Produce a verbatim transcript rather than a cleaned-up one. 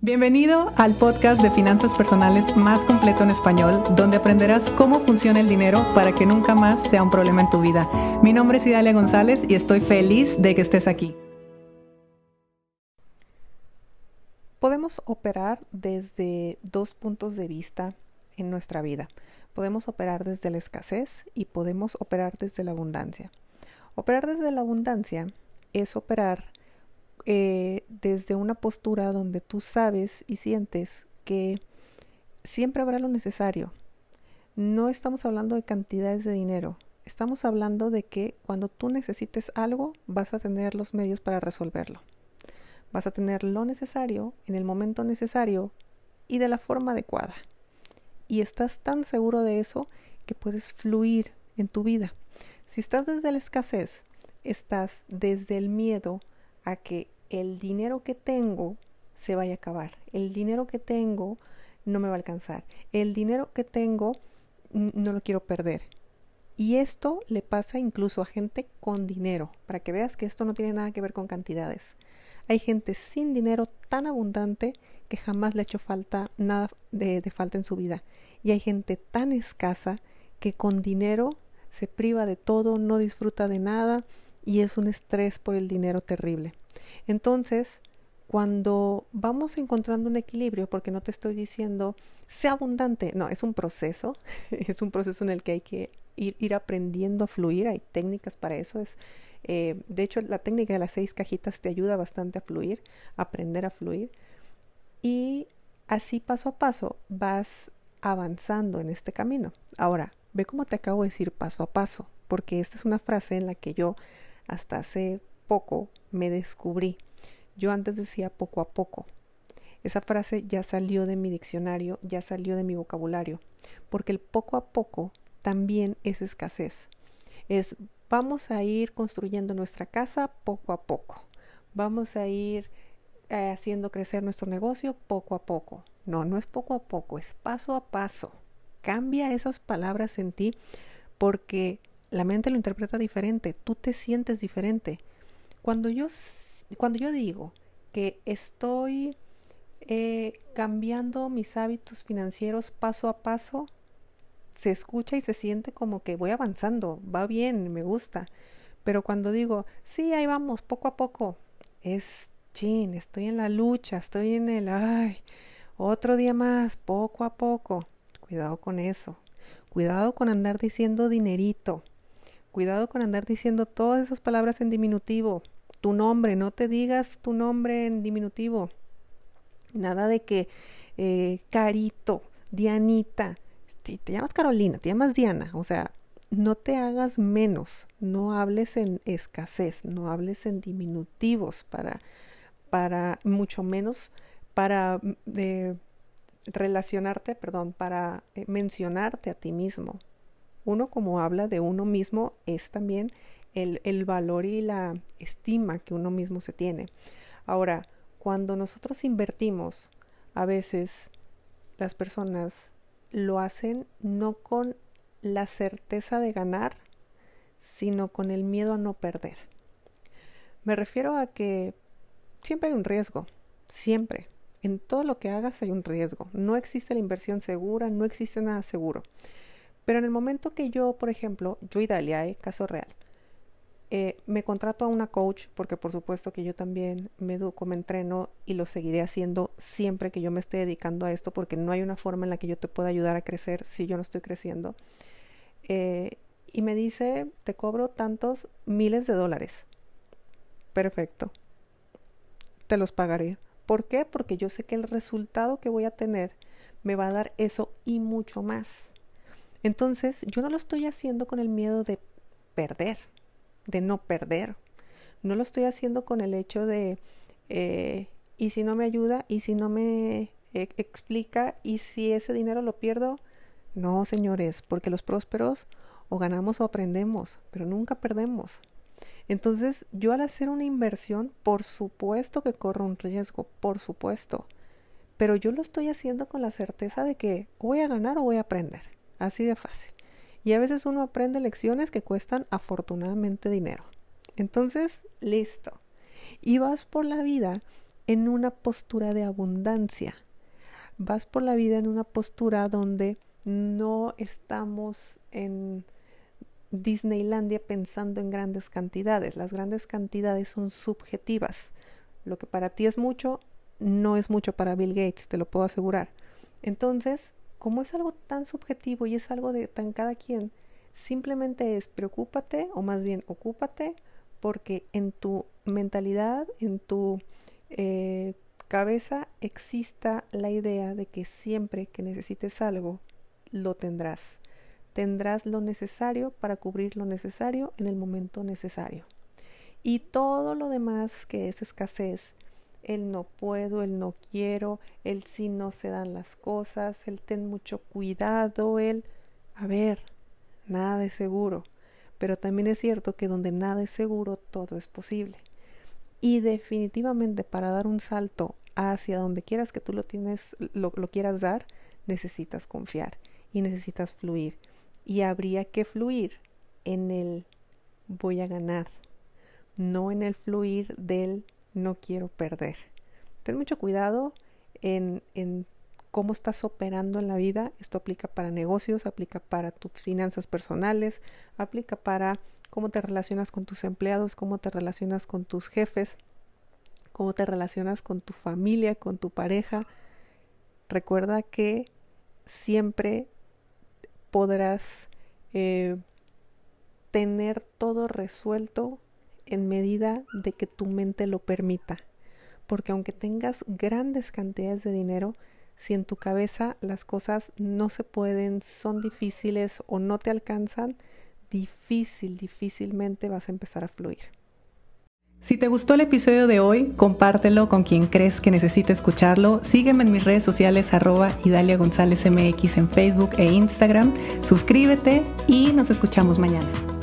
Bienvenido al podcast de finanzas personales más completo en español, donde aprenderás cómo funciona el dinero para que nunca más sea un problema en tu vida. Mi nombre es Idalia González y estoy feliz de que estés aquí. Podemos operar desde dos puntos de vista en nuestra vida. Podemos operar desde la escasez y podemos operar desde la abundancia. Operar desde la abundancia es operar Eh, desde una postura donde tú sabes y sientes que siempre habrá lo necesario. No estamos hablando de cantidades de dinero, estamos hablando de que cuando tú necesites algo vas a tener los medios para resolverlo. Vas a tener lo necesario en el momento necesario y de la forma adecuada. Y estás tan seguro de eso que puedes fluir en tu vida. Si estás desde la escasez, estás desde el miedo a que el dinero que tengo se vaya a acabar. El dinero que tengo no me va a alcanzar. El dinero que tengo no lo quiero perder. Y esto le pasa incluso a gente con dinero, para que veas que esto no tiene nada que ver con cantidades. Hay gente sin dinero tan abundante que jamás le ha hecho falta nada de, de falta en su vida. Y hay gente tan escasa que con dinero se priva de todo, no disfruta de nada y es un estrés por el dinero terrible. Entonces, cuando vamos encontrando un equilibrio, porque no te estoy diciendo, sea abundante, no, es un proceso, es un proceso en el que hay que ir, ir aprendiendo a fluir, hay técnicas para eso. Es, eh, de hecho, la técnica de las seis cajitas te ayuda bastante a fluir, a aprender a fluir, y así paso a paso vas avanzando en este camino. Ahora, ve cómo te acabo de decir paso a paso, porque esta es una frase en la que yo hasta hace poco me descubrí. Yo antes decía poco a poco. Esa frase ya salió de mi diccionario, ya salió de mi vocabulario, porque el poco a poco también es escasez. Es vamos a ir construyendo nuestra casa poco a poco. Vamos a ir eh, haciendo crecer nuestro negocio poco a poco. No, no es poco a poco, es paso a paso. Cambia esas palabras en ti porque la mente lo interpreta diferente, tú te sientes diferente. Cuando yo, cuando yo digo que estoy eh, cambiando mis hábitos financieros paso a paso, se escucha y se siente como que voy avanzando, va bien, me gusta. Pero cuando digo, sí, ahí vamos, poco a poco, es chin, estoy en la lucha, estoy en el, ay, otro día más, poco a poco. Cuidado con eso. Cuidado con andar diciendo dinerito. Cuidado con andar diciendo todas esas palabras en diminutivo. Tu nombre, no te digas tu nombre en diminutivo. Nada de que eh, Carito, Dianita. Si te llamas Carolina, te llamas Diana. O sea, no te hagas menos. No hables en escasez. No hables en diminutivos para, para mucho menos para eh, relacionarte, perdón, para eh, mencionarte a ti mismo. Uno como habla de uno mismo es también el, el valor y la estima que uno mismo se tiene. Ahora, cuando nosotros invertimos, a veces las personas lo hacen no con la certeza de ganar, sino con el miedo a no perder. Me refiero a que siempre hay un riesgo, siempre. En todo lo que hagas hay un riesgo. No existe la inversión segura, no existe nada seguro. Pero en el momento que yo, por ejemplo, yo Idalia, eh, caso real, eh, me contrato a una coach, porque por supuesto que yo también me educo, me entreno y lo seguiré haciendo siempre que yo me esté dedicando a esto, porque no hay una forma en la que yo te pueda ayudar a crecer si yo no estoy creciendo. Eh, y me dice, te cobro tantos miles de dólares. Perfecto. Te los pagaré. ¿Por qué? Porque yo sé que el resultado que voy a tener me va a dar eso y mucho más. Entonces, yo no lo estoy haciendo con el miedo de perder, de no perder. No lo estoy haciendo con el hecho de, eh, ¿y si no me ayuda? ¿Y si no me eh, explica? ¿Y si ese dinero lo pierdo? No, señores, porque los prósperos o ganamos o aprendemos, pero nunca perdemos. Entonces, yo al hacer una inversión, por supuesto que corro un riesgo, por supuesto. Pero yo lo estoy haciendo con la certeza de que o voy a ganar o voy a aprender. Así de fácil. Y a veces uno aprende lecciones que cuestan afortunadamente dinero. Entonces, listo. Y vas por la vida en una postura de abundancia. Vas por la vida en una postura donde no estamos en Disneylandia pensando en grandes cantidades. Las grandes cantidades son subjetivas. Lo que para ti es mucho, no es mucho para Bill Gates, te lo puedo asegurar. Entonces, como es algo tan subjetivo y es algo de tan cada quien, simplemente es preocúpate, o más bien ocúpate, porque en tu mentalidad, en tu eh, cabeza exista la idea de que siempre que necesites algo, lo tendrás. Tendrás lo necesario para cubrir lo necesario en el momento necesario. Y todo lo demás que es escasez, el no puedo, el no quiero, el si no se dan las cosas, el ten mucho cuidado, el, a ver, nada es seguro. Pero también es cierto que donde nada es seguro, todo es posible. Y definitivamente para dar un salto hacia donde quieras que tú lo tienes, lo, lo quieras dar, necesitas confiar y necesitas fluir. Y habría que fluir en el voy a ganar, no en el fluir del no quiero perder. Ten mucho cuidado en, en cómo estás operando en la vida. Esto aplica para negocios, aplica para tus finanzas personales, aplica para cómo te relacionas con tus empleados, cómo te relacionas con tus jefes, cómo te relacionas con tu familia, con tu pareja. Recuerda que siempre podrás eh, tener todo resuelto en medida de que tu mente lo permita. Porque aunque tengas grandes cantidades de dinero, si en tu cabeza las cosas no se pueden, son difíciles o no te alcanzan, difícil, difícilmente vas a empezar a fluir. Si te gustó el episodio de hoy, compártelo con quien crees que necesite escucharlo. Sígueme en mis redes sociales arroba Idalia González M X en Facebook e Instagram. Suscríbete y nos escuchamos mañana.